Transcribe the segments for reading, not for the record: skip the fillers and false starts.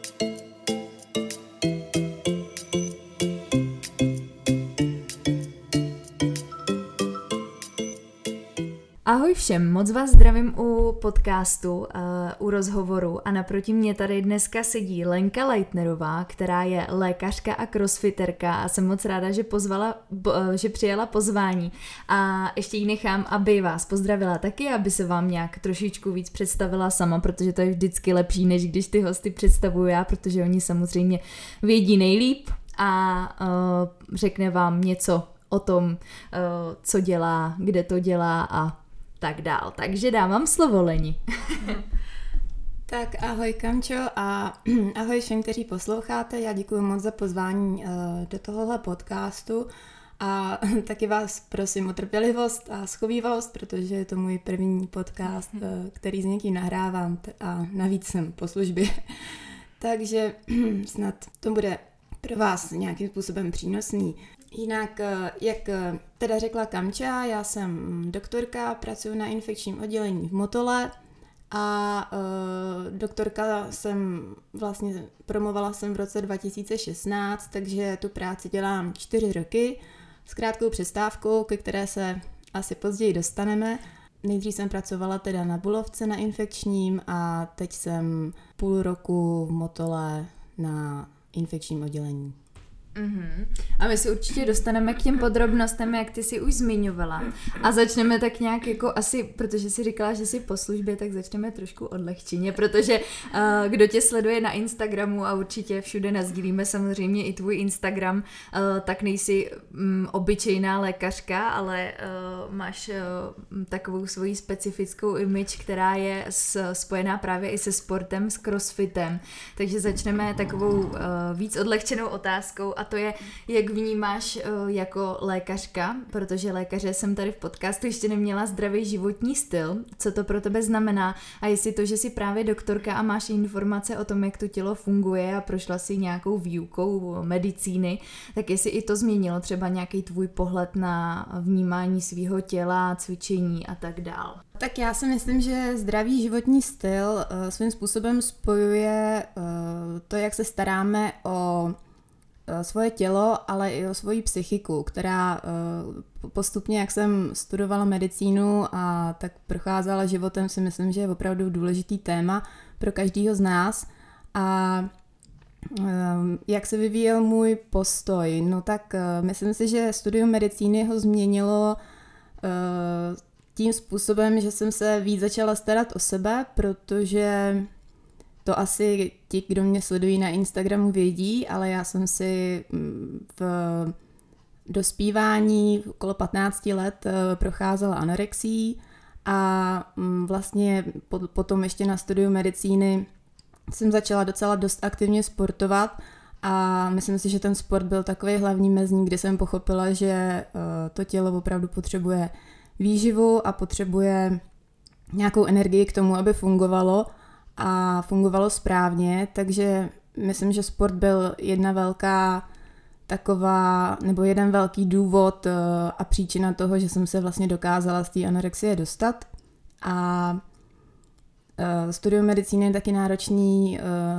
Ahoj všem, moc vás zdravím u podcastu, u rozhovoru a naproti mě tady dneska sedí Lenka Leitnerová, která je lékařka a crossfiterka a jsem moc ráda, že přijala pozvání a ještě jí nechám, aby vás pozdravila taky, aby se vám nějak trošičku víc představila sama, protože to je vždycky lepší, než když ty hosty představuju já, protože oni samozřejmě vědí nejlíp a řekne vám něco o tom, co dělá, kde to dělá a tak dál. Takže dávám slovo Leni. Tak ahoj Kamčo a ahoj všem, kteří posloucháte. Já děkuji moc za pozvání do tohohle podcastu a taky vás prosím o trpělivost a schovývavost, protože je to můj první podcast, který s někým nahrávám a navíc jsem po službě. Takže snad to bude pro vás nějakým způsobem přínosný. Jinak, jak teda řekla Kamča, já jsem doktorka, pracuji na infekčním oddělení v Motole a doktorka jsem vlastně promovala jsem v roce 2016, takže tu práci dělám 4 roky s krátkou přestávkou, ke které se asi později dostaneme. Nejdřív jsem pracovala teda na Bulovce na infekčním a teď jsem půl roku v Motole na infekčním oddělení. Mm-hmm. A my se určitě dostaneme k těm podrobnostem, jak ty si už zmiňovala. A začneme tak nějak jako asi, protože jsi říkala, že jsi po službě, tak začneme trošku odlehčeně, protože kdo tě sleduje na Instagramu a určitě všude nasdílíme samozřejmě i tvůj Instagram, tak nejsi obyčejná lékařka, ale máš takovou svoji specifickou image, která je spojená právě i se sportem, s crossfitem. Takže začneme takovou víc odlehčenou otázkou a to je, jak vnímáš jako lékařka, protože lékaře jsem tady v podcastu ještě neměla zdravý životní styl, co to pro tebe znamená a jestli to, že jsi právě doktorka a máš informace o tom, jak to tělo funguje a prošla si nějakou výukou medicíny, tak jestli i to změnilo třeba nějaký tvůj pohled na vnímání svého těla, cvičení a tak dál. Tak já si myslím, že zdravý životní styl svým způsobem spojuje to, jak se staráme o svoje tělo, ale i o svoji psychiku, která postupně, jak jsem studovala medicínu a tak procházela životem, si myslím, že je opravdu důležitý téma pro každého z nás. A jak se vyvíjel můj postoj? No tak myslím si, že studium medicíny ho změnilo tím způsobem, že jsem se víc začala starat o sebe, protože to asi ti, kdo mě sledují na Instagramu, vědí, ale já jsem si v dospívání okolo 15 let procházela anorexií a vlastně potom ještě na studiu medicíny jsem začala docela dost aktivně sportovat a myslím si, že ten sport byl takový hlavní mezník, kde jsem pochopila, že to tělo opravdu potřebuje výživu a potřebuje nějakou energii k tomu, aby fungovalo a fungovalo správně, takže myslím, že sport byl jedna velká taková, nebo jeden velký důvod a příčina toho, že jsem se vlastně dokázala z té anorexie dostat. A studium medicíny je taky náročný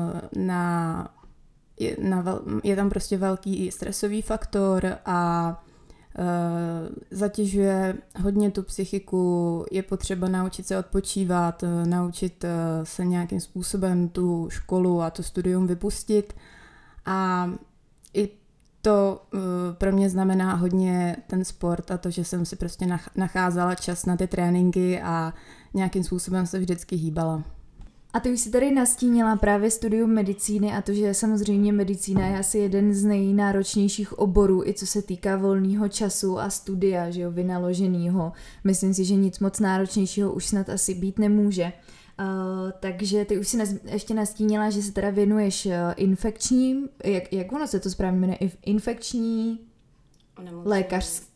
je tam prostě velký stresový faktor a zatěžuje hodně tu psychiku, je potřeba naučit se odpočívat, naučit se nějakým způsobem tu školu a to studium vypustit a i to pro mě znamená hodně ten sport a to, že jsem si prostě nacházela čas na ty tréninky a nějakým způsobem se vždycky hýbala. A ty už si tady nastínila právě studium medicíny a to, že samozřejmě medicína je asi jeden z nejnáročnějších oborů, i co se týká volného času a studia, že jo, vynaloženýho. Myslím si, že nic moc náročnějšího už snad asi být nemůže. Takže ty už si ještě nastínila, že se teda věnuješ infekčním, jak ono se to správně jmenuje, infekční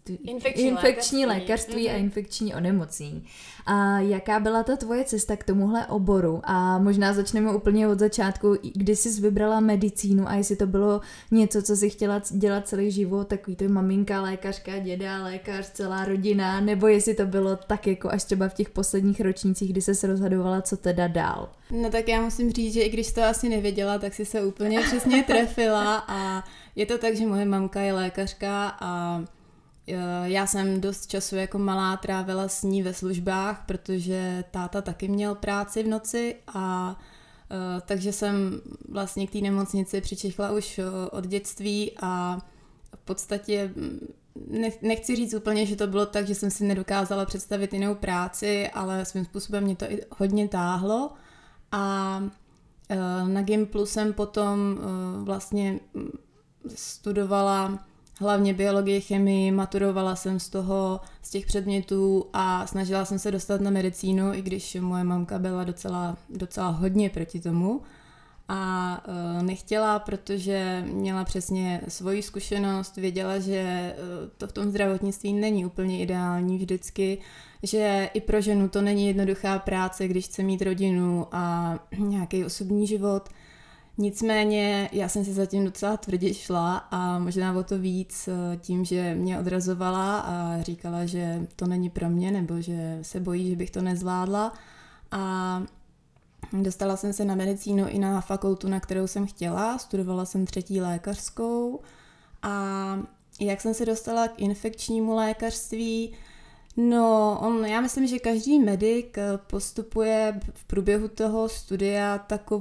infekční lékařství a infekční onemocnění. A jaká byla ta tvoje cesta k tomuhle oboru? A možná začneme úplně od začátku, kdy jsi vybrala medicínu a jestli to bylo něco, co jsi chtěla dělat celý život, takový to maminka lékařka, děda lékař, celá rodina, nebo jestli to bylo tak jako až třeba v těch posledních ročnících, kdy ses rozhodovala, co teda dál? No tak já musím říct, že i když to asi nevěděla, tak si se úplně přesně trefila a je to tak, že moje mamka je lékařka a já jsem dost času jako malá trávila s ní ve službách, protože táta taky měl práci v noci a takže jsem vlastně k té nemocnici přičichla už od dětství a v podstatě nechci říct úplně, že to bylo tak, že jsem si nedokázala představit jinou práci, ale svým způsobem mě to i hodně táhlo a na Gimplu jsem potom vlastně studovala hlavně biologii, chemii, maturovala jsem z těch předmětů a snažila jsem se dostat na medicínu, i když moje mamka byla docela hodně proti tomu a nechtěla, protože měla přesně svoji zkušenost, věděla, že to v tom zdravotnictví není úplně ideální vždycky, že i pro ženu to není jednoduchá práce, když chce mít rodinu a nějaký osobní život. Nicméně já jsem si zatím docela tvrdě šla a možná o to víc tím, že mě odrazovala a říkala, že to není pro mě nebo že se bojí, že bych to nezvládla a dostala jsem se na medicínu i na fakultu, na kterou jsem chtěla, studovala jsem 3. lékařskou a jak jsem se dostala k infekčnímu lékařství, no, já myslím, že každý medic postupuje v průběhu toho studia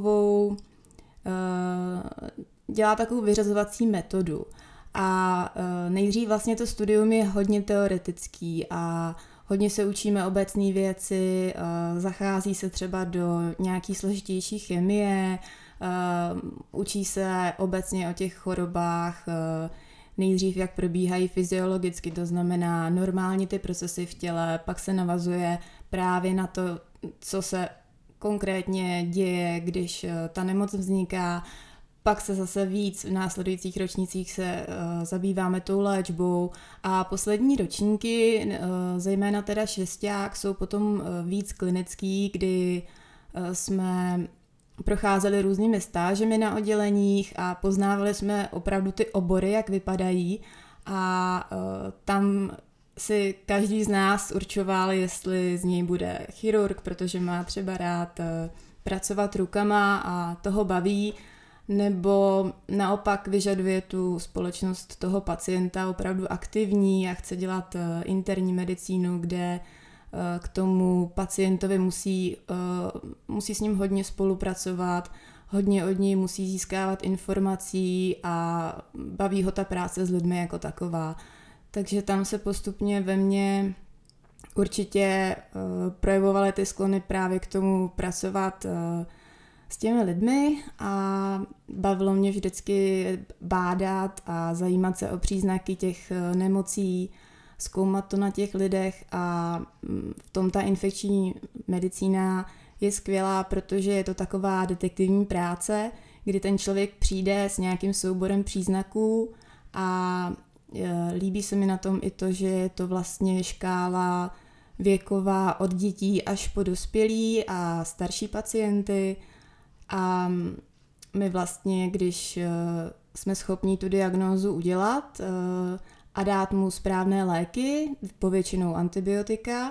dělá takovou vyřazovací metodu a nejdřív vlastně to studium je hodně teoretický a hodně se učíme obecné věci, zachází se třeba do nějaký složitější chemie, učí se obecně o těch chorobách, nejdřív jak probíhají fyziologicky, to znamená normálně ty procesy v těle, pak se navazuje právě na to, co se konkrétně děje, když ta nemoc vzniká, pak se zase víc v následujících ročnících se zabýváme tou léčbou a poslední ročníky, zejména teda šesták, jsou potom víc klinický, kdy jsme procházeli různými stážemi na odděleních a poznávali jsme opravdu ty obory, jak vypadají a tam si každý z nás určoval, jestli z něj bude chirurg, protože má třeba rád pracovat rukama a toho baví, nebo naopak vyžaduje tu společnost toho pacienta opravdu aktivní a chce dělat interní medicínu, kde k tomu pacientovi musí s ním hodně spolupracovat, hodně od něj musí získávat informací a baví ho ta práce s lidmi jako taková. Takže tam se postupně ve mně určitě projevovaly ty sklony právě k tomu pracovat s těmi lidmi a bavilo mě vždycky bádat a zajímat se o příznaky těch nemocí, zkoumat to na těch lidech a v tom ta infekční medicína je skvělá, protože je to taková detektivní práce, kdy ten člověk přijde s nějakým souborem příznaků a líbí se mi na tom i to, že je to vlastně škála věková od dětí až po dospělí a starší pacienty a my vlastně, když jsme schopni tu diagnózu udělat a dát mu správné léky, povětšinou antibiotika,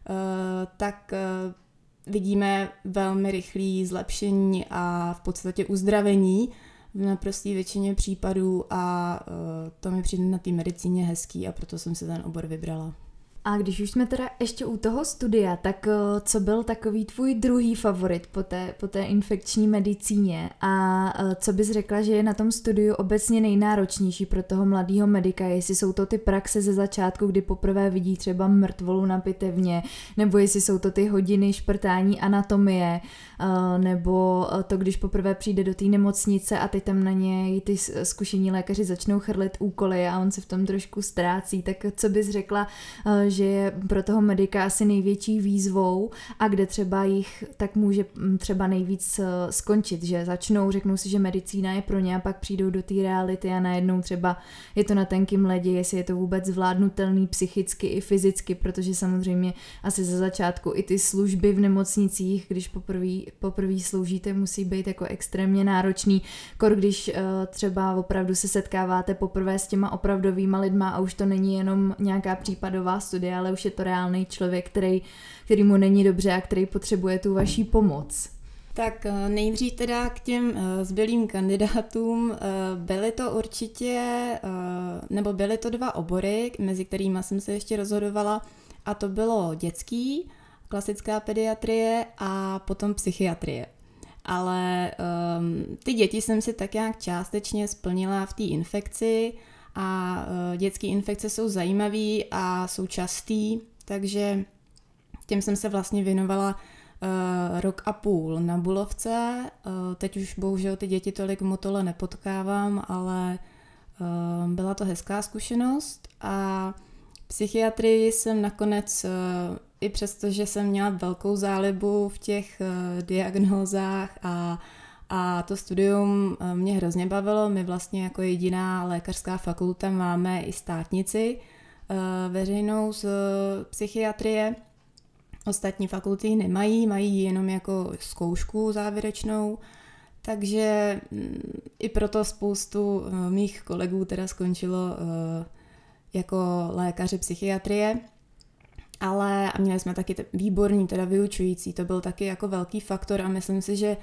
tak vidíme velmi rychlé zlepšení a v podstatě uzdravení v naprosté většině případů a to mi přijde na té medicíně hezký a proto jsem si ten obor vybrala. A když už jsme teda ještě u toho studia, tak co byl takový tvůj druhý favorit po té infekční medicíně a co bys řekla, že je na tom studiu obecně nejnáročnější pro toho mladého medika, jestli jsou to ty praxe ze začátku, kdy poprvé vidí třeba mrtvolu na pitevně, nebo jestli jsou to ty hodiny šprtání anatomie, nebo to, když poprvé přijde do té nemocnice a teď tam na něj ty zkušení lékaři začnou chrlit úkoly a on se v tom trošku ztrácí, tak co bys řekla, že je pro toho medika asi největší výzvou a kde třeba jich tak může třeba nejvíc skončit, že začnou, řeknou si, že medicína je pro ně a pak přijdou do té reality a najednou třeba je to na tenkým ledě, jestli je to vůbec zvládnutelný psychicky i fyzicky, protože samozřejmě asi za začátku i ty služby v nemocnicích, když poprvé sloužíte, musí být jako extrémně náročný, když třeba opravdu se setkáváte poprvé s těma opravdovýma lidma a už to není jenom nějaká případová studie, ale už je to reálný člověk, který mu není dobře a který potřebuje tu vaší pomoc. Tak nejdřív teda k těm zbylým kandidátům. Byly to určitě, nebo byly to 2 obory, mezi kterými jsem se ještě rozhodovala, a to bylo dětský, klasická pediatrie a potom psychiatrie. Ale ty děti jsem si tak nějak částečně splnila v té infekci a dětské infekce jsou zajímavý a jsou častý, takže těm jsem se vlastně věnovala 1,5 roku na Bulovce. Teď už bohužel ty děti tolik v Motole nepotkávám, ale byla to hezká zkušenost a psychiatrii jsem nakonec, i přesto, že jsem měla velkou zálibu v těch diagnózách a to studium mě hrozně bavilo. My vlastně jako jediná lékařská fakulta máme i státnici veřejnou z psychiatrie. Ostatní fakulty nemají, mají jenom jako zkoušku závěrečnou, takže i proto spoustu mých kolegů teda skončilo jako lékaři psychiatrie, ale a měli jsme taky výborný teda vyučující, to byl taky jako velký faktor a myslím si, že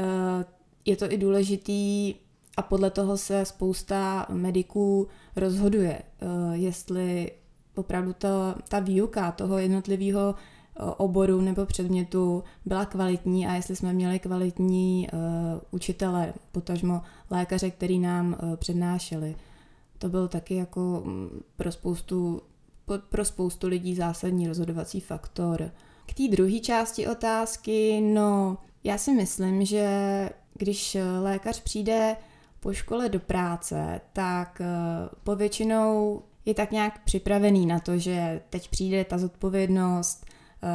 je to i důležitý a podle toho se spousta mediků rozhoduje, jestli opravdu ta výuka toho jednotlivého oboru nebo předmětu byla kvalitní a jestli jsme měli kvalitní učitele, potažmo lékaře, který nám přednášeli. To byl taky jako pro spoustu lidí zásadní rozhodovací faktor. K té druhé části otázky, no já si myslím, že když lékař přijde po škole do práce, tak povětšinou je tak nějak připravený na to, že teď přijde ta zodpovědnost,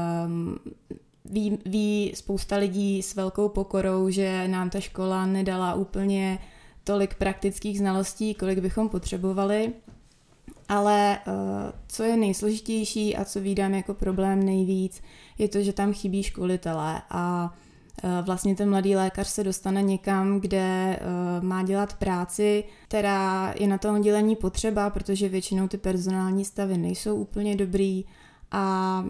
ví spousta lidí s velkou pokorou, že nám ta škola nedala úplně tolik praktických znalostí, kolik bychom potřebovali, ale co je nejsložitější a co vídám jako problém nejvíc, je to, že tam chybí školitelé a vlastně ten mladý lékař se dostane někam, kde má dělat práci, která je na tom oddělení potřeba, protože většinou ty personální stavy nejsou úplně dobrý a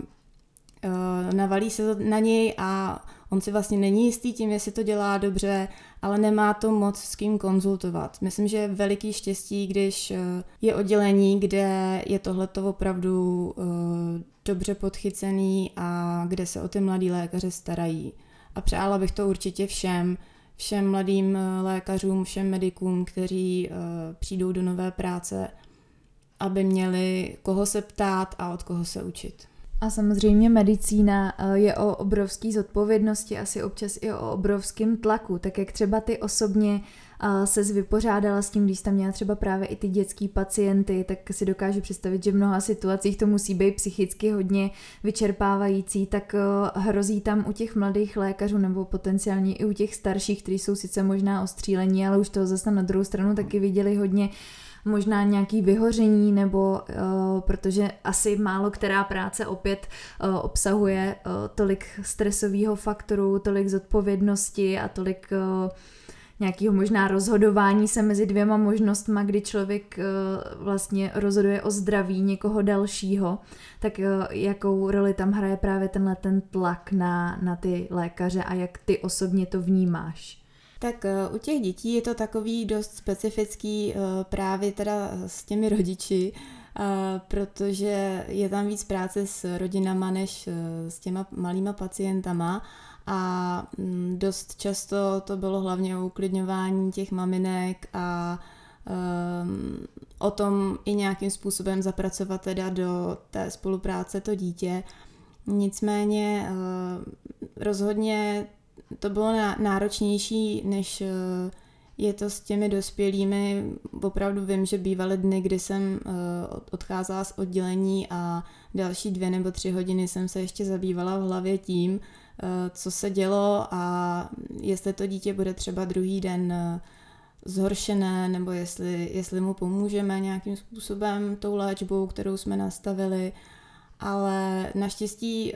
navalí se to na něj a on si vlastně není jistý tím, jestli to dělá dobře, ale nemá to moc s kým konzultovat. Myslím, že je veliký štěstí, když je oddělení, kde je tohleto opravdu dobře podchycený a kde se o ty mladý lékaře starají. A přála bych to určitě všem mladým lékařům, všem medikům, kteří přijdou do nové práce, aby měli koho se ptát a od koho se učit. A samozřejmě medicína je o obrovské zodpovědnosti, asi občas i o obrovském tlaku, tak jak třeba ty osobně ses vypořádala s tím, když tam měla třeba právě i ty dětský pacienty, tak si dokážu představit, že v mnoha situacích to musí být psychicky hodně vyčerpávající, tak hrozí tam u těch mladých lékařů nebo potenciálně i u těch starších, kteří jsou sice možná ostřílení, ale už toho zase na druhou stranu taky viděli hodně možná nějaký vyhoření, nebo protože asi málo která práce opět obsahuje tolik stresového faktoru, tolik zodpovědnosti a tolik nějakého možná rozhodování se mezi dvěma možnostma, kdy člověk vlastně rozhoduje o zdraví někoho dalšího, tak jakou roli tam hraje právě ten tlak na ty lékaře a jak ty osobně to vnímáš? Tak u těch dětí je to takový dost specifický právě teda s těmi rodiči, protože je tam víc práce s rodinama než s těma malýma pacientama a dost často to bylo hlavně o uklidňování těch maminek a o tom i nějakým způsobem zapracovat teda do té spolupráce to dítě. Nicméně rozhodně to bylo náročnější, než je to s těmi dospělými, opravdu vím, že bývaly dny, kdy jsem odcházela z oddělení a další 2 nebo 3 hodiny jsem se ještě zabývala v hlavě tím, co se dělo a jestli to dítě bude třeba druhý den zhoršené, nebo jestli mu pomůžeme nějakým způsobem tou léčbou, kterou jsme nastavili. Ale naštěstí,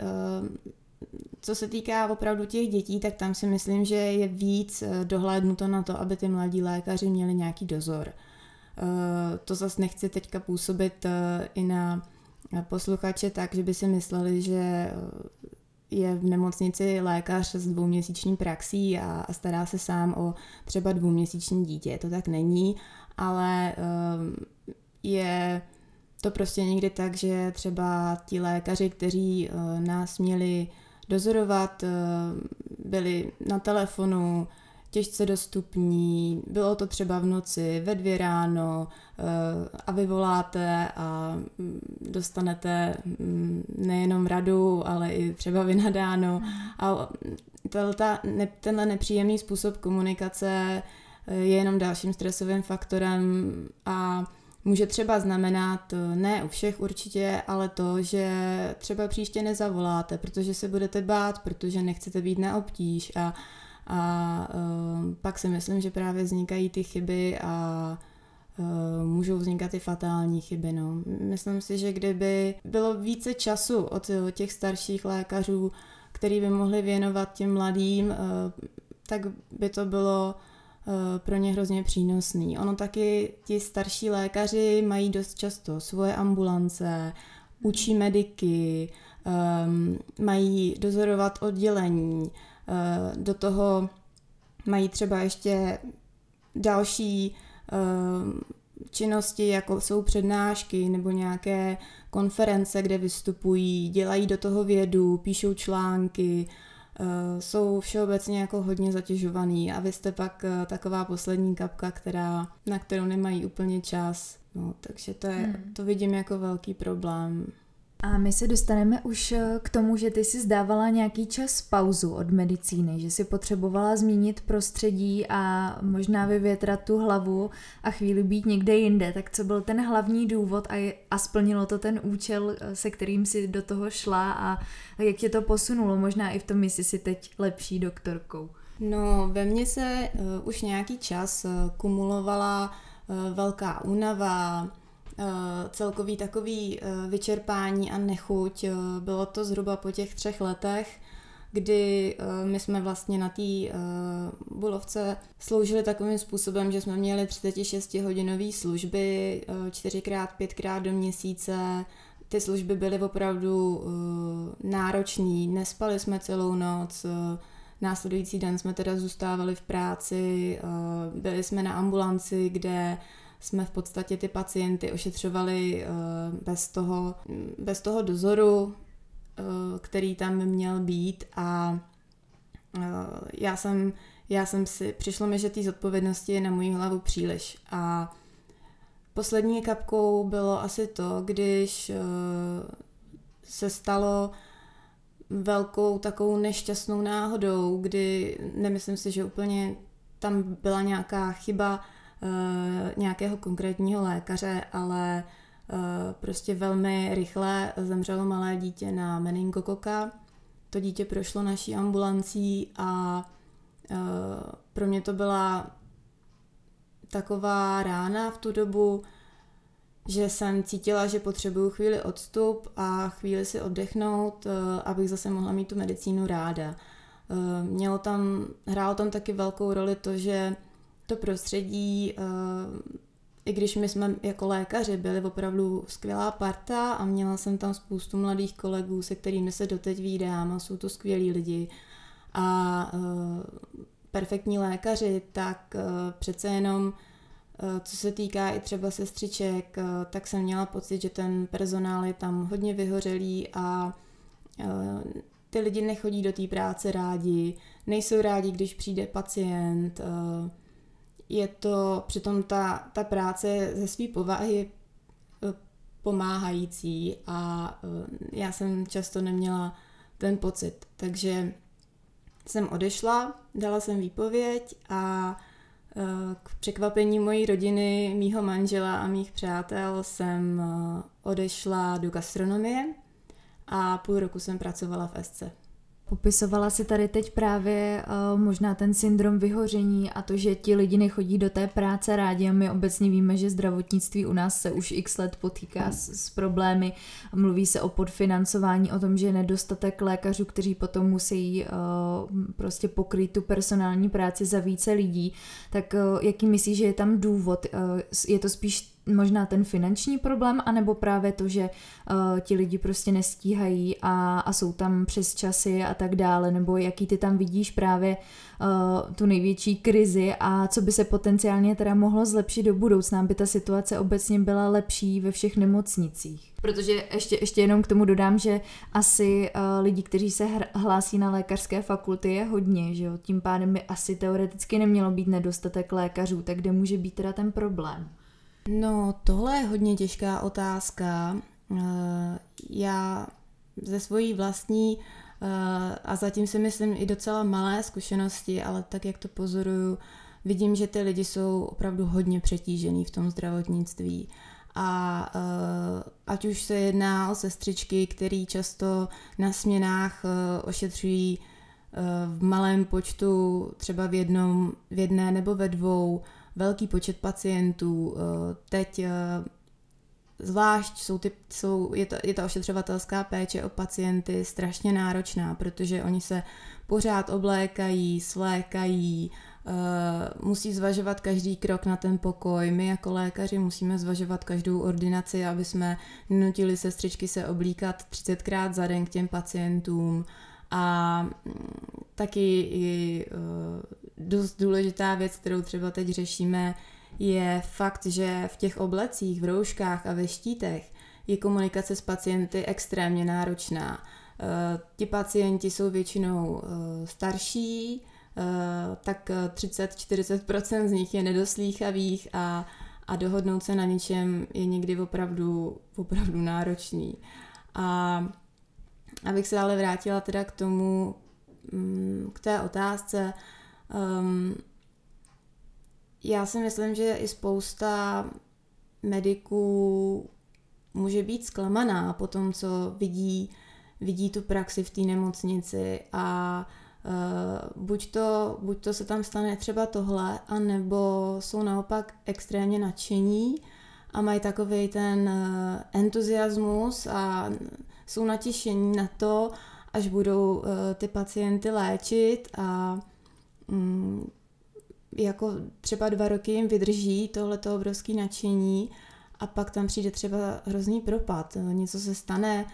co se týká opravdu těch dětí, tak tam si myslím, že je víc dohlédnuto na to, aby ty mladí lékaři měli nějaký dozor. To zase nechci teďka působit i na posluchače tak, že by si mysleli, že je v nemocnici lékař s 2měsíční praxí a stará se sám o třeba 2měsíční dítě. To tak není, ale je to prostě někdy tak, že třeba ti lékaři, kteří nás měli dozorovat, byli na telefonu, těžce dostupní, bylo to třeba v noci, ve 2 ráno a vy voláte a dostanete nejenom radu, ale i třeba vynadáno. A tenhle nepříjemný způsob komunikace je jenom dalším stresovým faktorem a může třeba znamenat, ne u všech určitě, ale to, že třeba příště nezavoláte, protože se budete bát, protože nechcete být na obtíž a pak si myslím, že právě vznikají ty chyby a můžou vznikat i fatální chyby. No. Myslím si, že kdyby bylo více času od těch starších lékařů, který by mohli věnovat těm mladým, tak by to bylo pro ně hrozně přínosný. Ono taky ti starší lékaři mají dost často svoje ambulance, učí mediky, mají dozorovat oddělení, do toho mají třeba ještě další činnosti, jako jsou přednášky nebo nějaké konference, kde vystupují, dělají do toho vědu, píšou články, jsou všeobecně jako hodně zatěžovaný a vy jste pak taková poslední kapka, na kterou nemají úplně čas. No, takže to vidím jako velký problém. A my se dostaneme už k tomu, že ty si zdávala nějaký čas pauzu od medicíny, že si potřebovala změnit prostředí a možná vyvětrat tu hlavu a chvíli být někde jinde. Tak co byl ten hlavní důvod a splnilo to ten účel, se kterým si do toho šla a jak tě to posunulo? Možná i v tom, jestli jsi teď lepší doktorkou. No, ve mně se už nějaký čas kumulovala velká únava, celkový takový vyčerpání a nechuť. Bylo to zhruba po těch 3 letech, kdy my jsme vlastně na té Bulovce sloužili takovým způsobem, že jsme měli 36-hodinové služby 4x, 5x do měsíce. Ty služby byly opravdu náročné, nespali jsme celou noc, následující den jsme teda zůstávali v práci, byli jsme na ambulanci, kde jsme v podstatě ty pacienty ošetřovali bez toho dozoru, který tam měl být a přišlo mi, že té zodpovědnosti je na moji hlavu příliš a poslední kapkou bylo asi to, když se stalo velkou takovou nešťastnou náhodou, kdy nemyslím si, že úplně tam byla nějaká chyba nějakého konkrétního lékaře, ale prostě velmi rychle zemřelo malé dítě na meningokoka. To dítě prošlo naší ambulancí a pro mě to byla taková rána v tu dobu, že jsem cítila, že potřebuju chvíli odstup a chvíli si oddechnout, abych zase mohla mít tu medicínu ráda. Hrálo tam taky velkou roli to, že to prostředí, i když my jsme jako lékaři byli opravdu skvělá parta a měla jsem tam spoustu mladých kolegů, se kterými se doteď vídám a jsou to skvělí lidi a perfektní lékaři, tak přece jenom co se týká i třeba sestřiček, tak jsem měla pocit, že ten personál je tam hodně vyhořelý a ty lidi nechodí do té práce rádi, nejsou rádi, když přijde pacient. Je to přitom ta práce ze své povahy pomáhající a já jsem často neměla ten pocit. Takže jsem odešla, dala jsem výpověď a K překvapení mojí rodiny, mýho manžela a mých přátel jsem odešla do gastronomie a půl roku jsem pracovala v Esce. Popisovala si tady teď právě možná ten syndrom vyhoření a to, že ti lidi nechodí do té práce rádi a my obecně víme, že zdravotnictví u nás se už x let potýká s problémy. Mluví se o podfinancování, o tom, že je nedostatek lékařů, kteří potom musí prostě pokrýt tu personální práci za více lidí. Tak jaký myslíš, že je tam důvod? Je to spíš možná ten finanční problém, anebo právě to, že ti lidi prostě nestíhají a jsou tam přes časy a tak dále, nebo jaký ty tam vidíš právě tu největší krizi a co by se potenciálně teda mohlo zlepšit do budoucna, aby ta situace obecně byla lepší ve všech nemocnicích. Protože ještě jenom k tomu dodám, že asi lidi, kteří se hlásí na lékařské fakulty, je hodně, že jo? Tím pádem by asi teoreticky nemělo být nedostatek lékařů, tak kde může být teda ten problém? No, tohle je hodně těžká otázka. Já ze svojí vlastní a zatím si myslím i docela malé zkušenosti, ale tak, jak to pozoruju, vidím, že ty lidi jsou opravdu hodně přetížený v tom zdravotnictví. A ať už se jedná o sestřičky, který často na směnách ošetřují v malém počtu, třeba v jedné nebo ve dvou, velký počet pacientů. Teď zvlášť je ta ošetřovatelská péče o pacienty strašně náročná, protože oni se pořád oblékají, svlékají, musí zvažovat každý krok na ten pokoj. My jako lékaři musíme zvažovat každou ordinaci, aby jsme nenutili sestřičky se oblíkat 30krát za den k těm pacientům. A taky i dost důležitá věc, kterou třeba teď řešíme, je fakt, že v těch oblecích, v rouškách a ve štítech je komunikace s pacienty extrémně náročná. Ti pacienti jsou většinou starší, tak 30-40% z nich je nedoslýchavých a dohodnout se na něčem je někdy opravdu náročný. A abych se ale vrátila teda k té otázce, já si myslím, že i spousta mediků může být zklamaná po tom, co vidí tu praxi v té nemocnici a buď to se tam stane třeba tohle, anebo jsou naopak extrémně nadšení a mají takovej ten entuziasmus a jsou natěšení na to, až budou ty pacienty léčit a jako třeba 2 roky jim vydrží tohleto obrovské nadšení a pak tam přijde třeba hrozný propad, něco se stane.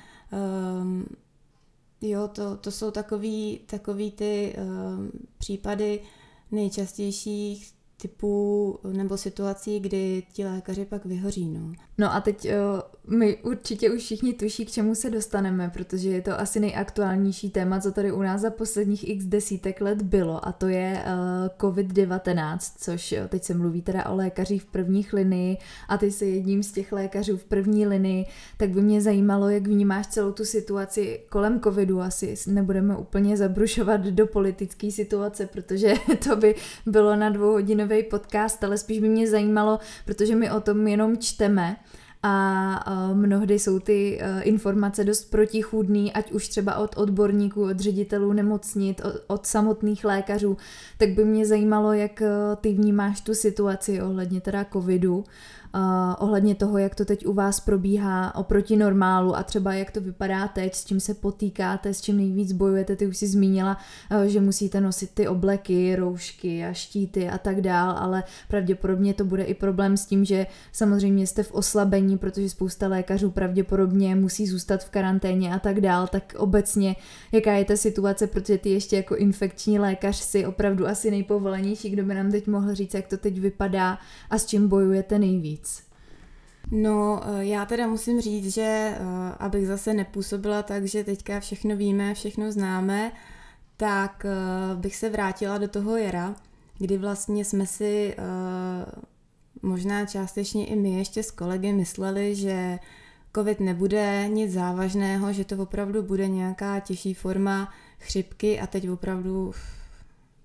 To jsou takový ty případy nejčastějších typů nebo situací, kdy ti lékaři pak vyhoří. No a teď my určitě už všichni tuší, k čemu se dostaneme, protože je to asi nejaktuálnější téma, co tady u nás za posledních x desítek let bylo a to je COVID-19, což teď se mluví teda o lékařích v prvních linii a ty jsi jedním z těch lékařů v první linii, tak by mě zajímalo, jak vnímáš celou tu situaci kolem covidu, asi nebudeme úplně zabrušovat do politické situace, protože to by bylo na 2hodinový podcast, ale spíš by mě zajímalo, protože my o tom jenom čteme a mnohdy jsou ty informace dost protichůdný, ať už třeba od odborníků, od ředitelů nemocnic, od samotných lékařů, tak by mě zajímalo, jak ty vnímáš tu situaci ohledně teda covidu, ohledně toho, jak to teď u vás probíhá oproti normálu a třeba jak to vypadá teď, s čím se potýkáte, s čím nejvíc bojujete. Ty už jsi zmínila, že musíte nosit ty obleky, roušky a štíty a tak dál, ale pravděpodobně to bude i problém s tím, že samozřejmě jste v oslabení, protože spousta lékařů pravděpodobně musí zůstat v karanténě a tak dál, tak obecně jaká je ta situace, protože ty ještě jako infekční lékař si opravdu asi nejpovolenější, kdo by nám teď mohl říct, jak to teď vypadá a s čím bojujete nejvíc. No, já teda musím říct, že abych zase nepůsobila tak, že teďka všechno víme, všechno známe, tak bych se vrátila do toho jara, kdy vlastně jsme si možná částečně i my ještě s kolegy mysleli, že covid nebude nic závažného, že to opravdu bude nějaká těžší forma chřipky a teď opravdu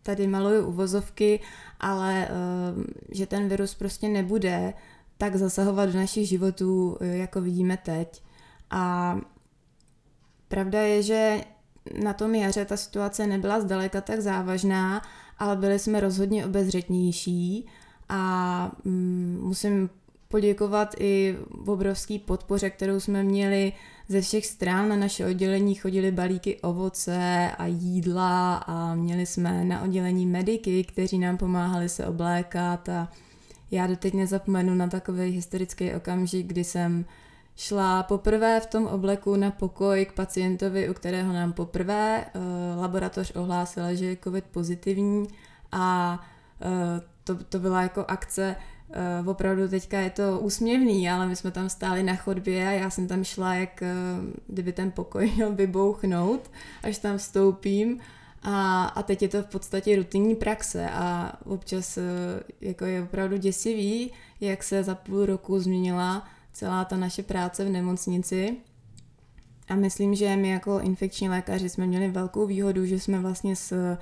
tady maluju uvozovky, ale že ten virus prostě nebude tak zasahovat do našich životů, jako vidíme teď. A pravda je, že na tom jaře ta situace nebyla zdaleka tak závažná, ale byli jsme rozhodně obezřetnější a musím poděkovat i obrovský podpoře, kterou jsme měli ze všech stran. Na naše oddělení chodily balíky ovoce a jídla a měli jsme na oddělení mediky, kteří nám pomáhali se oblékat a já doteď nezapomenu na takový historický okamžik, kdy jsem šla poprvé v tom obleku na pokoj k pacientovi, u kterého nám poprvé laboratoř ohlásila, že je covid pozitivní a to byla jako akce, opravdu teďka je to úsměvný, ale my jsme tam stáli na chodbě a já jsem tam šla, jak kdyby ten pokoj měl vybouchnout, až tam vstoupím a teď je to v podstatě rutinní praxe a občas jako je opravdu děsivý, jak se za půl roku změnila celá ta naše práce v nemocnici. A myslím, že my jako infekční lékaři jsme měli velkou výhodu, že jsme vlastně s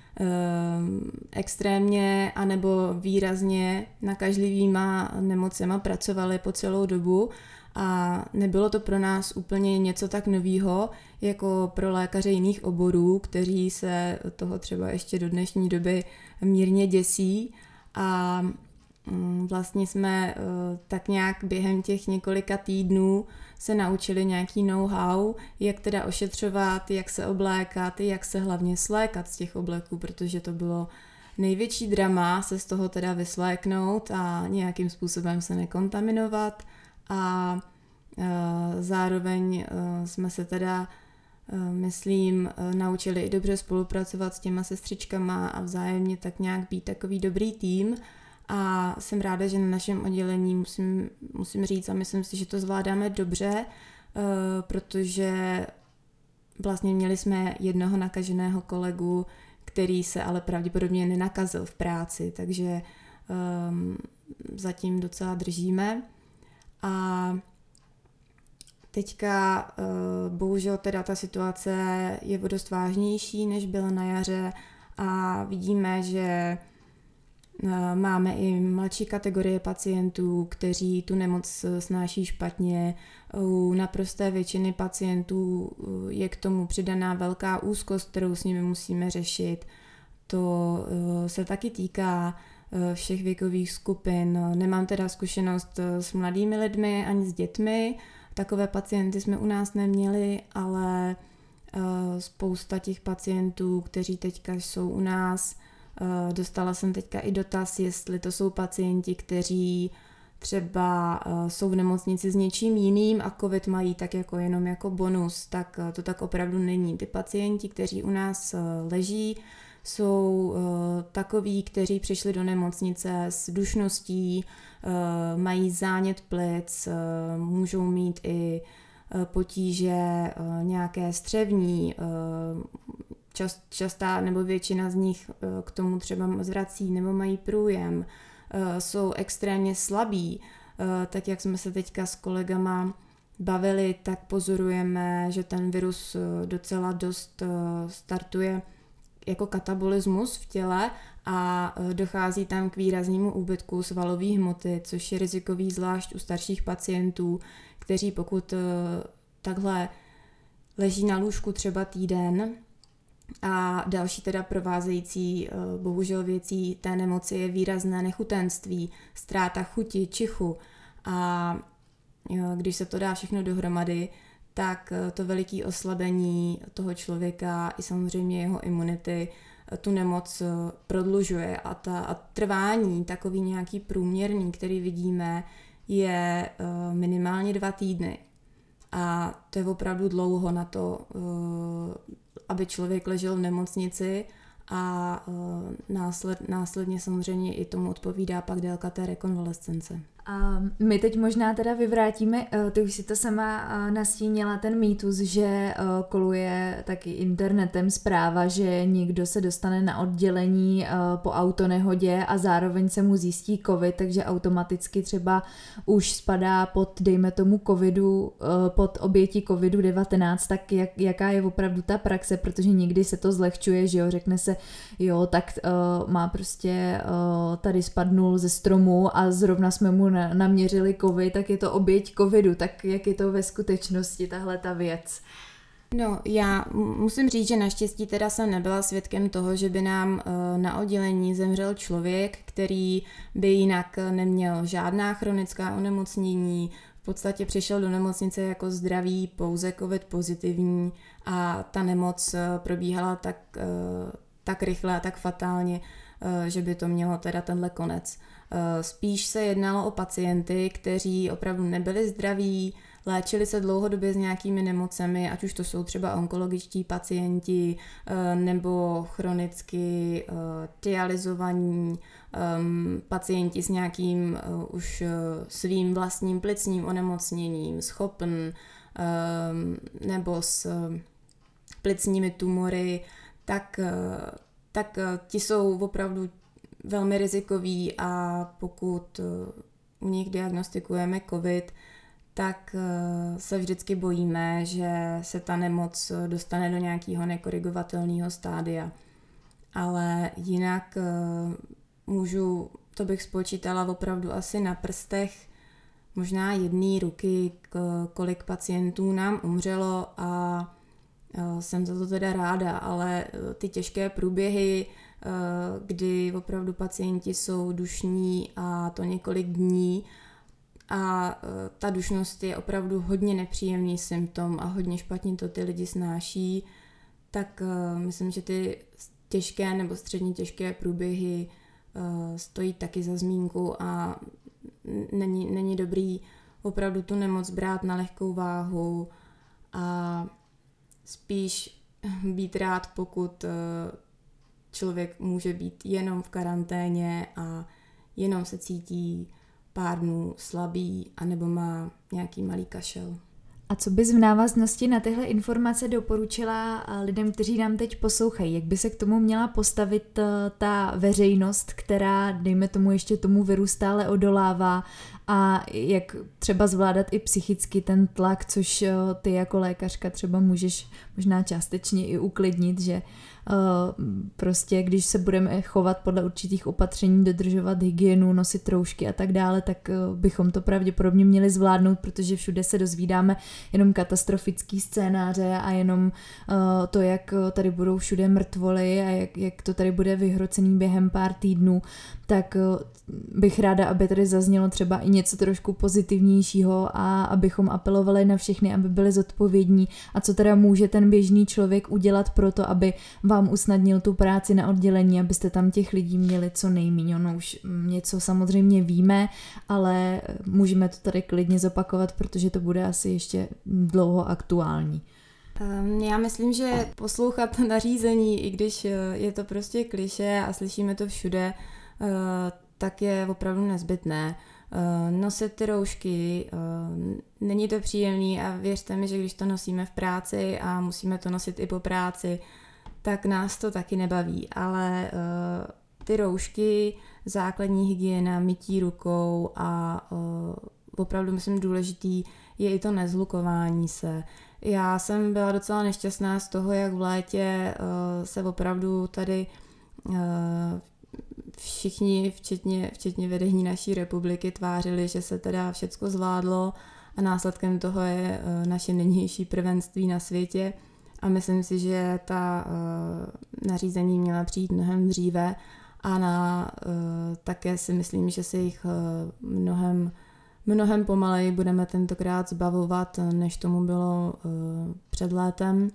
extrémně anebo výrazně nakažlivýma nemocema pracovali po celou dobu a nebylo to pro nás úplně něco tak novýho, jako pro lékaře jiných oborů, kteří se toho třeba ještě do dnešní doby mírně děsí a vlastně jsme tak nějak během těch několika týdnů se naučili nějaký know-how, jak teda ošetřovat, jak se oblékat, jak se hlavně slékat z těch obleků, protože to bylo největší drama se z toho teda vysléknout a nějakým způsobem se nekontaminovat a zároveň jsme se teda myslím, naučili i dobře spolupracovat s těma sestřičkama a vzájemně tak nějak být takový dobrý tým. A jsem ráda, že na našem oddělení musím říct a myslím si, že to zvládáme dobře, protože vlastně měli jsme jednoho nakaženého kolegu, který se ale pravděpodobně nenakazil v práci, takže zatím docela držíme. A teďka bohužel teda ta situace je o dost vážnější, než byla na jaře a vidíme, že máme i mladší kategorie pacientů, kteří tu nemoc snáší špatně. U naprosté většiny pacientů je k tomu přidaná velká úzkost, kterou s nimi musíme řešit. To se taky týká všech věkových skupin. Nemám teda zkušenost s mladými lidmi ani s dětmi. Takové pacienty jsme u nás neměli, ale spousta těch pacientů, kteří teďka jsou u nás, dostala jsem teďka i dotaz, jestli to jsou pacienti, kteří třeba jsou v nemocnici s něčím jiným a covid mají tak jako jenom jako bonus, tak to tak opravdu není. Ty pacienti, kteří u nás leží, jsou takoví, kteří přišli do nemocnice s dušností, mají zánět plic, můžou mít i potíže nějaké střevní, častá nebo většina z nich k tomu třeba zvrací nebo mají průjem, jsou extrémně slabí, tak jak jsme se teďka s kolegama bavili, tak pozorujeme, že ten virus docela dost startuje jako katabolismus v těle a dochází tam k výraznému úbytku svalové hmoty, což je rizikový zvlášť u starších pacientů, kteří pokud takhle leží na lůžku třeba týden a další teda provázející bohužel věcí té nemoci je výrazné nechutenství, ztráta chuti, čichu a když se to dá všechno dohromady, tak to veliké oslabení toho člověka i samozřejmě jeho imunity tu nemoc prodlužuje a trvání takový nějaký průměrný, který vidíme, je minimálně 2 týdny. A to je opravdu dlouho na to, aby člověk ležel v nemocnici a následně samozřejmě i tomu odpovídá pak délka té rekonvalescence. A my teď možná teda vyvrátíme, ty už si to sama nastínila ten mýtus, že koluje taky internetem zpráva, že někdo se dostane na oddělení po autonehodě a zároveň se mu zjistí covid, takže automaticky třeba už spadá pod, dejme tomu covidu, pod obětí covidu-19, tak jaká je opravdu ta praxe, protože někdy se to zlehčuje, že jo, řekne se, zase, jo, tak má prostě tady spadnul ze stromu a zrovna jsme mu naměřili covid, tak je to oběť covidu, tak jak je to ve skutečnosti tahle ta věc? No, já musím říct, že naštěstí teda jsem nebyla svědkem toho, že by nám na oddělení zemřel člověk, který by jinak neměl žádná chronická onemocnění, v podstatě přišel do nemocnice jako zdravý, pouze covid pozitivní a ta nemoc probíhala tak rychle a tak fatálně, že by to mělo teda tenhle konec. Spíš se jednalo o pacienty, kteří opravdu nebyli zdraví, léčili se dlouhodobě s nějakými nemocemi, ať už to jsou třeba onkologičtí pacienti nebo chronicky dialyzovaní pacienti s nějakým už svým vlastním plicním onemocněním, schopn nebo s plicními tumory, tak ti jsou opravdu velmi rizikoví a pokud u nich diagnostikujeme covid, tak se vždycky bojíme, že se ta nemoc dostane do nějakého nekorigovatelného stádia. Ale jinak to bych spočítala opravdu asi na prstech možná jedné ruky, kolik pacientů nám umřelo a jsem za to teda ráda, ale ty těžké průběhy, kdy opravdu pacienti jsou dušní a to několik dní a ta dušnost je opravdu hodně nepříjemný symptom a hodně špatně to ty lidi snáší, tak myslím, že ty těžké nebo středně těžké průběhy stojí taky za zmínku a není dobrý opravdu tu nemoc brát na lehkou váhu a spíš být rád, pokud člověk může být jenom v karanténě a jenom se cítí pár dnů slabý anebo má nějaký malý kašel. A co bys v návaznosti na tyhle informace doporučila lidem, kteří nám teď poslouchají? Jak by se k tomu měla postavit ta veřejnost, která, dejme tomu, ještě tomu viru stále odolává a jak třeba zvládat i psychicky ten tlak, což ty jako lékařka třeba můžeš možná částečně i uklidnit, že prostě když se budeme chovat podle určitých opatření, dodržovat hygienu, nosit roušky a tak dále, tak bychom to pravděpodobně měli zvládnout, protože všude se dozvídáme jenom katastrofický scénáře a jenom to, jak tady budou všude mrtvoly a jak to tady bude vyhrocený během pár týdnů, tak bych ráda, aby tady zaznělo třeba i něco trošku pozitivnějšího a abychom apelovali na všechny, aby byli zodpovědní a co teda může ten běžný člověk udělat pro to, aby vám usnadnil tu práci na oddělení, abyste tam těch lidí měli co nejméně. Ono už něco samozřejmě víme, ale můžeme to tady klidně zopakovat, protože to bude asi ještě dlouho aktuální. Já myslím, že poslouchat nařízení, i když je to prostě klišé a slyšíme to všude, tak je opravdu nezbytné. Nosit ty roušky, není to příjemný a věřte mi, že když to nosíme v práci a musíme to nosit i po práci, tak nás to taky nebaví, ale ty roušky, základní hygiena, mytí rukou a opravdu myslím důležitý je i to nezhlukování se. Já jsem byla docela nešťastná z toho, jak v létě se opravdu tady všichni, včetně vedení naší republiky, tvářili, že se teda všecko zvládlo a následkem toho je naše nynější prvenství na světě a myslím si, že ta nařízení měla přijít mnohem dříve a také si myslím, že se jich mnohem pomaleji budeme tentokrát zbavovat, než tomu bylo před létem.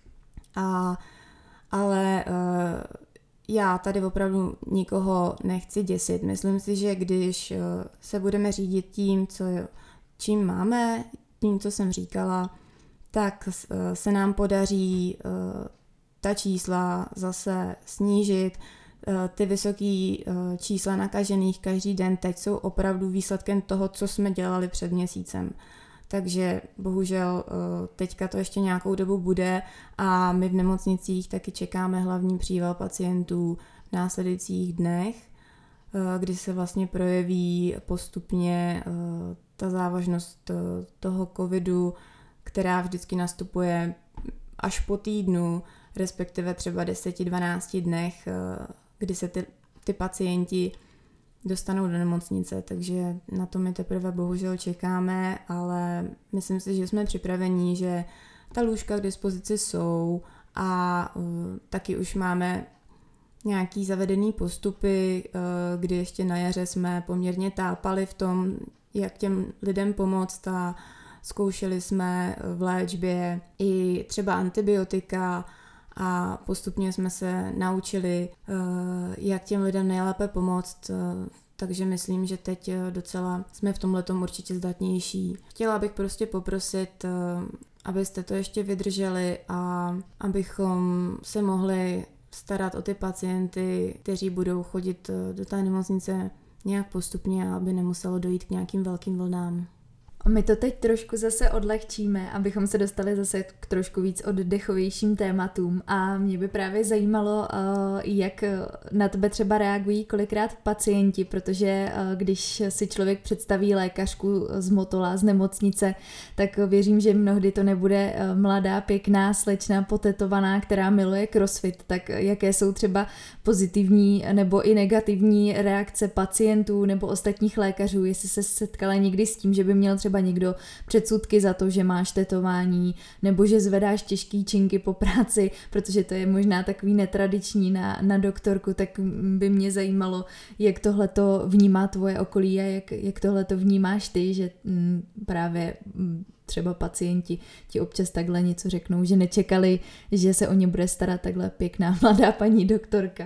Ale já tady opravdu nikoho nechci děsit. Myslím si, že když se budeme řídit tím, čím máme, tím, co jsem říkala, tak se nám podaří ta čísla zase snížit. Ty vysoké čísla nakažených každý den teď jsou opravdu výsledkem toho, co jsme dělali před měsícem. Takže bohužel teďka to ještě nějakou dobu bude a my v nemocnicích taky čekáme hlavní příval pacientů v následujících dnech, kdy se vlastně projeví postupně ta závažnost toho covidu, která vždycky nastupuje až po týdnu, respektive třeba 10-12 dnech, kdy se ty pacienti dostanou do nemocnice, takže na to my teprve bohužel čekáme, ale myslím si, že jsme připraveni, že ta lůžka k dispozici jsou a taky už máme nějaký zavedený postupy, kdy ještě na jaře jsme poměrně tápali v tom, jak těm lidem pomoct a zkoušeli jsme v léčbě i třeba antibiotika a postupně jsme se naučili, jak těm lidem nejlépe pomoct, takže myslím, že teď docela jsme v tomhletom určitě zdatnější. Chtěla bych prostě poprosit, abyste to ještě vydrželi a abychom se mohli starat o ty pacienty, kteří budou chodit do té nemocnice nějak postupně, aby nemuselo dojít k nějakým velkým vlnám. A my to teď trošku zase odlehčíme, abychom se dostali zase k trošku víc oddechovějším tématům a mě by právě zajímalo, jak na tebe třeba reagují kolikrát pacienti, protože když si člověk představí lékařku z Motola, z nemocnice, tak věřím, že mnohdy to nebude mladá, pěkná slečna potetovaná, která miluje crossfit, tak jaké jsou třeba pozitivní nebo i negativní reakce pacientů nebo ostatních lékařů, jestli se setkala někdy s tím, že by měl třeba někdo předsudky za to, že máš tetování, nebo že zvedáš těžký činky po práci, protože to je možná takový netradiční na doktorku, tak by mě zajímalo, jak tohleto vnímá tvoje okolí a jak tohleto vnímáš ty, že právě třeba pacienti ti občas takhle něco řeknou, že nečekali, že se o ně bude starat takhle pěkná mladá paní doktorka.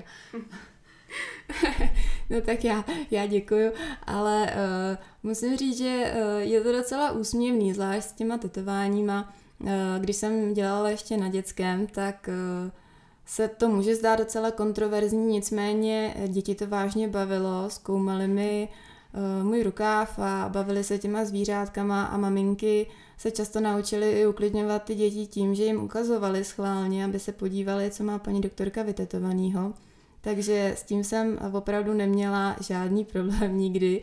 No tak já děkuju, ale musím říct, že je to docela úsměvný, zvlášť s těma tetováníma. Když jsem dělala ještě na dětském, tak se to může zdát docela kontroverzní, nicméně děti to vážně bavilo, zkoumali mi můj rukáv a bavili se těma zvířátkama a maminky se často naučily i uklidňovat ty děti tím, že jim ukazovali schválně, aby se podívali, co má paní doktorka vytetovanýho. Takže s tím jsem opravdu neměla žádný problém nikdy.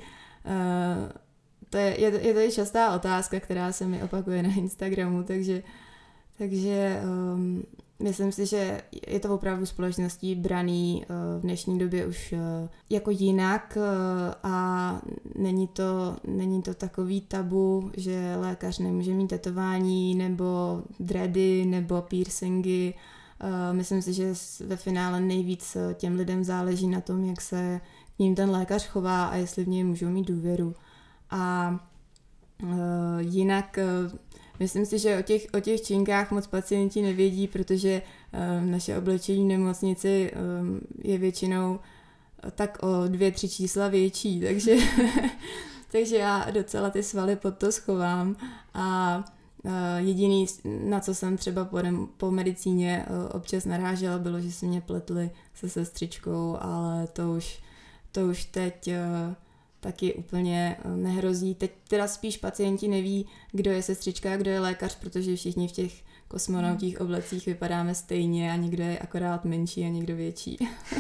Je to i častá otázka, která se mi opakuje na Instagramu, takže myslím si, že je to opravdu společností braný v dnešní době už jako jinak a není to takový tabu, že lékař nemůže mít tetování nebo dready nebo piercingy. Myslím si, že ve finále nejvíc těm lidem záleží na tom, jak se k ním ten lékař chová a jestli v něj můžou mít důvěru. A jinak myslím si, že o těch činkách moc pacienti nevědí, protože naše oblečení v nemocnici je většinou tak o 2-3 čísla větší, takže já docela ty svaly pod to schovám a jediný, na co jsem třeba po medicíně občas narážela, bylo, že se mě pletli se sestřičkou, ale to už teď taky úplně nehrozí. Teď teda spíš pacienti neví, kdo je sestřička a kdo je lékař, protože všichni v těch kosmonautích oblecích vypadáme stejně a někdo je akorát menší a někdo větší.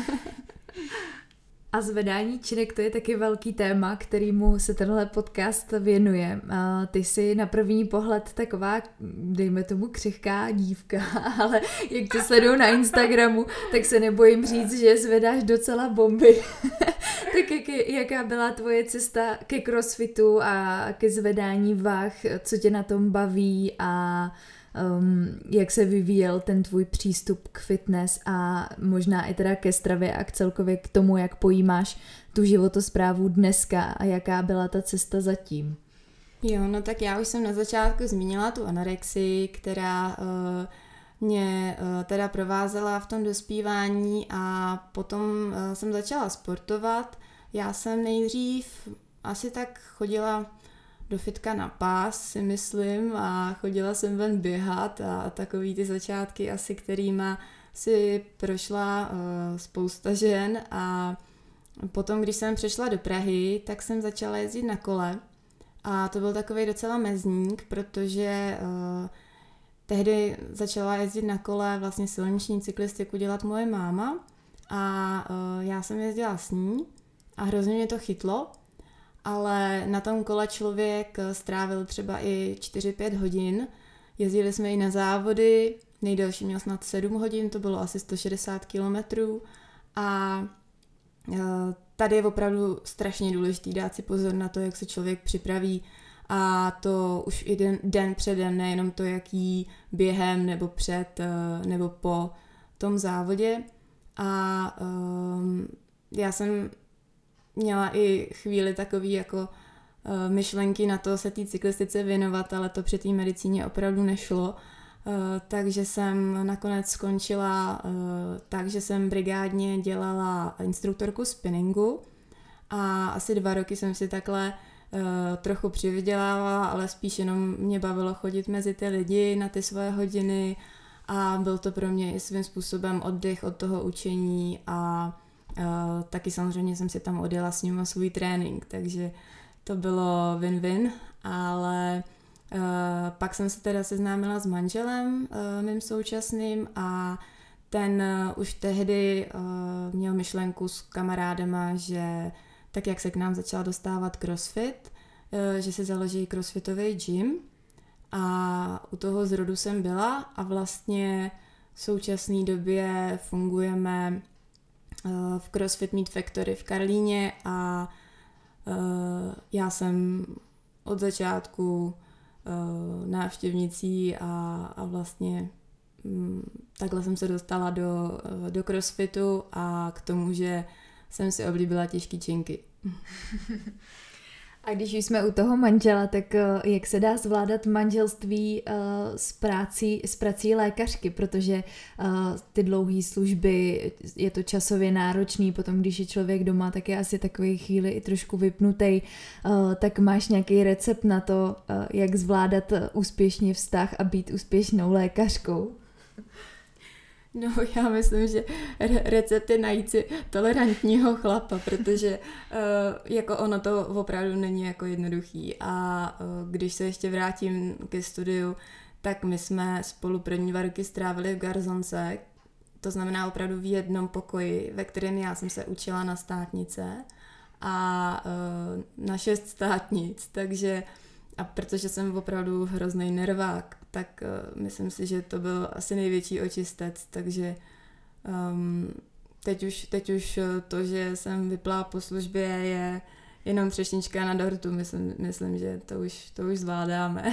A zvedání činek, to je taky velký téma, kterému se tenhle podcast věnuje. A ty jsi na první pohled taková, dejme tomu, křehká dívka, ale jak tě sleduju na Instagramu, tak se nebojím říct, že zvedáš docela bomby. Tak jaká byla tvoje cesta ke crossfitu a ke zvedání vah, co tě na tom baví a jak se vyvíjel ten tvůj přístup k fitness a možná i teda ke stravě a celkově k tomu, jak pojímáš tu životosprávu dneska a jaká byla ta cesta zatím? Jo, no tak já už jsem na začátku zmínila tu anorexii, která mě teda provázela v tom dospívání a potom jsem začala sportovat. Já jsem nejdřív asi tak chodila do fitka na pás, si myslím, a chodila jsem ven běhat a takový ty začátky asi, kterýma si prošla spousta žen a potom, když jsem přešla do Prahy, tak jsem začala jezdit na kole a to byl takový docela mezník, protože tehdy začala jezdit na kole vlastně silniční cyklistiku dělat moje máma a já jsem jezdila s ní a hrozně mě to chytlo, ale na tom kole člověk strávil třeba i 4-5 hodin. Jezdili jsme i na závody nejdelší měl snad 7 hodin, to bylo asi 160 kilometrů a tady je opravdu strašně důležitý dát si pozor na to, jak se člověk připraví a to už i den předem, nejenom to, jaký během nebo před nebo po tom závodě. A já jsem měla i chvíli takový jako myšlenky na to se té cyklistice věnovat, ale to při té medicíně opravdu nešlo. Takže jsem nakonec skončila tak, že jsem brigádně dělala instruktorku spinningu a asi 2 roky jsem si takhle trochu přivydělávala, ale spíš jenom mě bavilo chodit mezi ty lidi na ty svoje hodiny a byl to pro mě i svým způsobem oddech od toho učení a taky samozřejmě jsem si tam odjela s ním svůj trénink, takže to bylo win-win, ale pak jsem se teda seznámila s manželem mým současným a ten už tehdy měl myšlenku s kamarádema, že tak jak se k nám začal dostávat crossfit, že si založí crossfitový gym a u toho zrodu jsem byla a vlastně v současné době fungujeme v CrossFit Meat Factory v Karlíně a já jsem od začátku návštěvnicí a vlastně takhle jsem se dostala do crossfitu a k tomu, že jsem si oblíbila těžký činky. A když jsme u toho manžela, tak jak se dá zvládat manželství s prací lékařky, protože ty dlouhé služby, je to časově náročný, potom když je člověk doma, tak je asi takový chvíli i trošku vypnutý, tak máš nějaký recept na to, jak zvládat úspěšně vztah a být úspěšnou lékařkou? No, já myslím, že recept je najít si tolerantního chlapa, protože jako ono to opravdu není jako jednoduchý a když se ještě vrátím ke studiu, tak my jsme spolu první 2 roky strávili v garzonce, to znamená opravdu v jednom pokoji, ve kterém já jsem se učila na státnice a na 6 státnic, takže a protože jsem opravdu hrozný nervák, tak myslím si, že to byl asi největší očistec, takže teď už to, že jsem vypla po službě, je jenom třešnička na dortu, myslím, že to už zvládáme.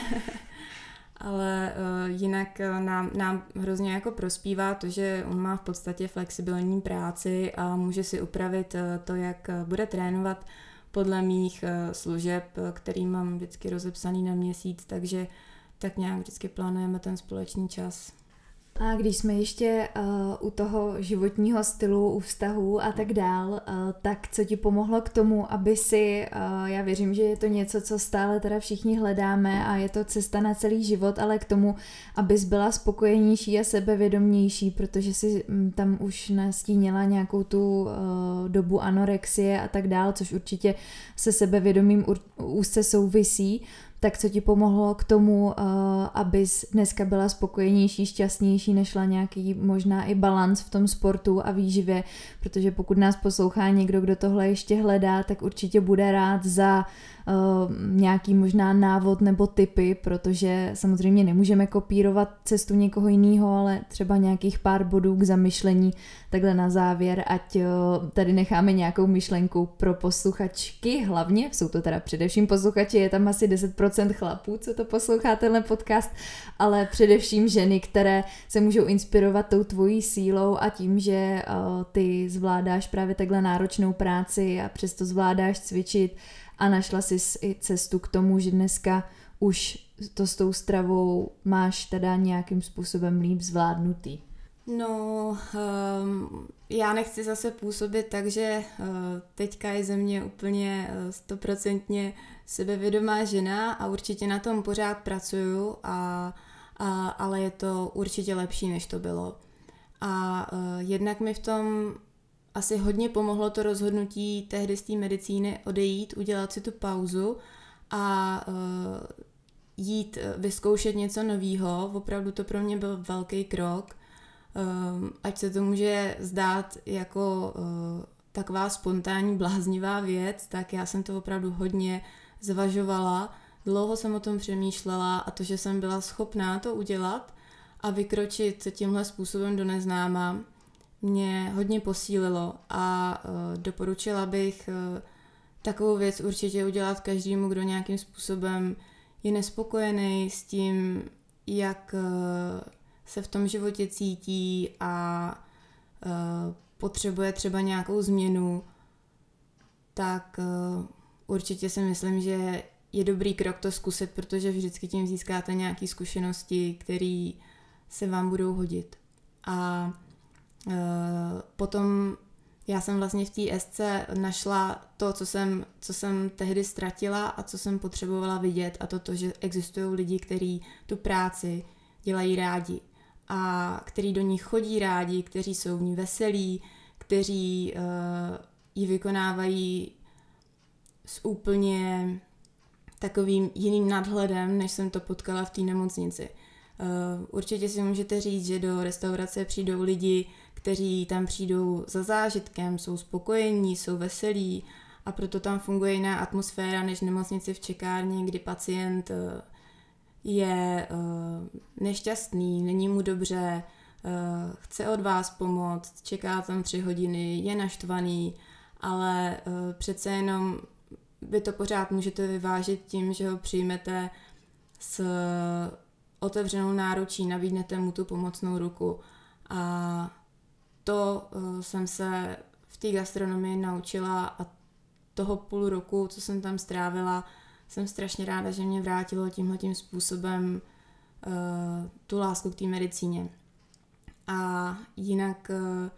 Ale jinak nám hrozně jako prospívá to, že on má v podstatě flexibilní práci a může si upravit to, jak bude trénovat podle mých služeb, který mám vždycky rozepsaný na měsíc, takže tak nějak vždycky plánujeme ten společný čas. A když jsme ještě u toho životního stylu, u vztahů a tak dál, tak co ti pomohlo k tomu, aby si, já věřím, že je to něco, co stále teda všichni hledáme a je to cesta na celý život, ale k tomu, abys byla spokojenější a sebevědomější, protože si tam už nastínila nějakou tu dobu anorexie a tak dál, což určitě se sebevědomím úzce souvisí. Tak co ti pomohlo k tomu, abys dneska byla spokojenější, šťastnější, našla nějaký možná i balans v tom sportu a výživě, protože pokud nás poslouchá někdo, kdo tohle ještě hledá, tak určitě bude rád za nějaký možná návod nebo tipy, protože samozřejmě nemůžeme kopírovat cestu někoho jiného, ale třeba nějakých pár bodů k zamyšlení takhle na závěr, ať tady necháme nějakou myšlenku pro posluchačky hlavně, jsou to teda především posluchači, je tam asi 10% chlapů, co to poslouchá tenhle podcast, ale především ženy, které se můžou inspirovat tou tvojí sílou a tím, že ty zvládáš právě takhle náročnou práci a přesto zvládáš cvičit a našla jsi i cestu k tomu, že dneska už to s tou stravou máš teda nějakým způsobem líp zvládnutý. No, já nechci zase působit tak, že teďka je ze mě úplně 100% sebevědomá žena a určitě na tom pořád pracuju, ale je to určitě lepší, než to bylo. A jednak mi v tom asi hodně pomohlo to rozhodnutí tehdy z té medicíny odejít, udělat si tu pauzu a jít vyzkoušet něco novýho. Opravdu to pro mě byl velký krok. Ať se to může zdát jako taková spontánní bláznivá věc, tak já jsem to opravdu hodně zvažovala. Dlouho jsem o tom přemýšlela a to, že jsem byla schopná to udělat a vykročit tímhle způsobem do neznáma mě hodně posílilo a doporučila bych takovou věc určitě udělat každému, kdo nějakým způsobem je nespokojený s tím, jak se v tom životě cítí a potřebuje třeba nějakou změnu, tak určitě si myslím, že je dobrý krok to zkusit, protože vždycky tím získáte nějaké zkušenosti, které se vám budou hodit. A potom já jsem vlastně v té esce našla to, co jsem tehdy ztratila a co jsem potřebovala vidět, a to, že existují lidi, kteří tu práci dělají rádi a kteří do ní chodí rádi, kteří jsou v ní veselí, kteří ji vykonávají s úplně takovým jiným nadhledem, než jsem to potkala v té nemocnici. Určitě si můžete říct, že do restaurace přijdou lidi, kteří tam přijdou za zážitkem, jsou spokojení, jsou veselí a proto tam funguje jiná atmosféra než v nemocnici v čekárně, kdy pacient je nešťastný, není mu dobře, chce od vás pomoct, čeká tam 3 hodiny, je naštvaný, ale přece jenom vy to pořád můžete vyvážit tím, že ho přijmete s otevřenou náručí, nabídnete mu tu pomocnou ruku. A to jsem se v té gastronomii naučila a toho půl roku, co jsem tam strávila, jsem strašně ráda, že mě vrátilo tímhletím způsobem tu lásku k té medicíně. A jinak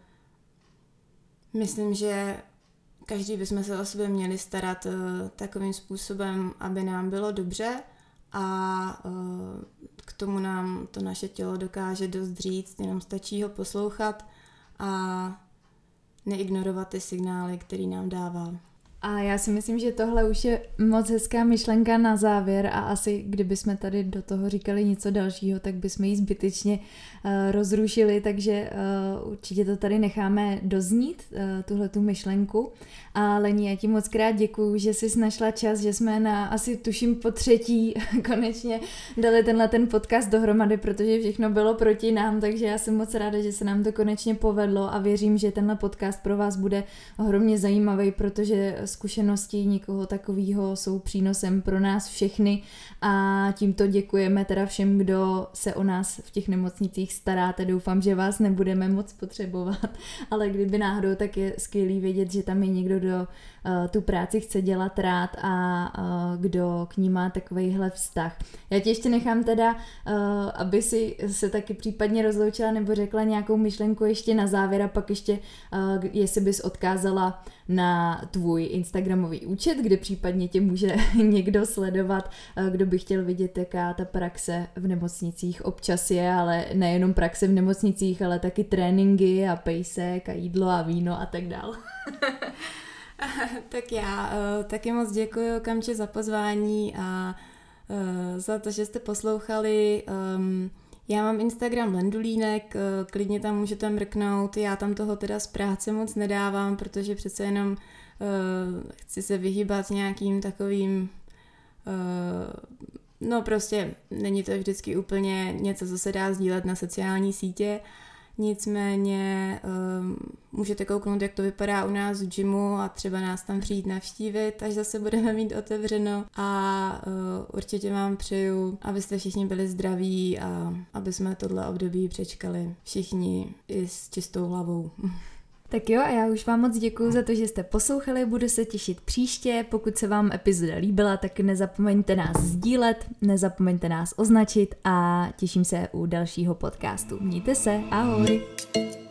myslím, že každý bychom se o sebe měli starat takovým způsobem, aby nám bylo dobře a k tomu nám to naše tělo dokáže dost říct, jenom stačí ho poslouchat a neignorovat ty signály, které nám dává. A já si myslím, že tohle už je moc hezká myšlenka na závěr a asi kdybychom tady do toho říkali něco dalšího, tak bychom ji zbytečně rozrušili, takže určitě to tady necháme doznít, tuhletu myšlenku. A Leni, já ti moc krát děkuju, že jsi našla čas, že jsme na asi tuším po 3. konečně dali ten podcast dohromady, protože všechno bylo proti nám, takže já jsem moc ráda, že se nám to konečně povedlo a věřím, že tenhle podcast pro vás bude ohromně zajímavý, protože zkušenosti někoho takového jsou přínosem pro nás všechny a tímto děkujeme teda všem, kdo se o nás v těch nemocnicích staráte. Doufám, že vás nebudeme moc potřebovat, ale kdyby náhodou, tak je skvělý vědět, že tam je někdo, kdo tu práci chce dělat rád a kdo k ní má takovejhle vztah. Já ti ještě nechám teda, aby si se taky případně rozloučila nebo řekla nějakou myšlenku ještě na závěr a pak ještě, jestli bys odkázala na tvůj instagramový účet, kde případně tě může někdo sledovat, kdo by chtěl vidět, jaká ta praxe v nemocnicích občas je, ale nejenom praxe v nemocnicích, ale taky tréninky a pejsek a jídlo a víno a tak dál. Tak já taky moc děkuji, Kamče, za pozvání a za to, že jste poslouchali. Já mám Instagram Lendulínek, klidně tam můžete mrknout, já tam toho teda z práce moc nedávám, protože přece jenom chci se vyhýbat nějakým takovým, no prostě není to vždycky úplně něco, co se dá sdílet na sociální sítě, nicméně můžete kouknout, jak to vypadá u nás v gymu a třeba nás tam přijít navštívit, až zase budeme mít otevřeno a určitě vám přeju, abyste všichni byli zdraví a aby jsme tohle období přečkali všichni i s čistou hlavou. Tak jo, a já už vám moc děkuju za to, že jste poslouchali, budu se těšit příště, pokud se vám epizoda líbila, tak nezapomeňte nás sdílet, nezapomeňte nás označit a těším se u dalšího podcastu. Mějte se, ahoj!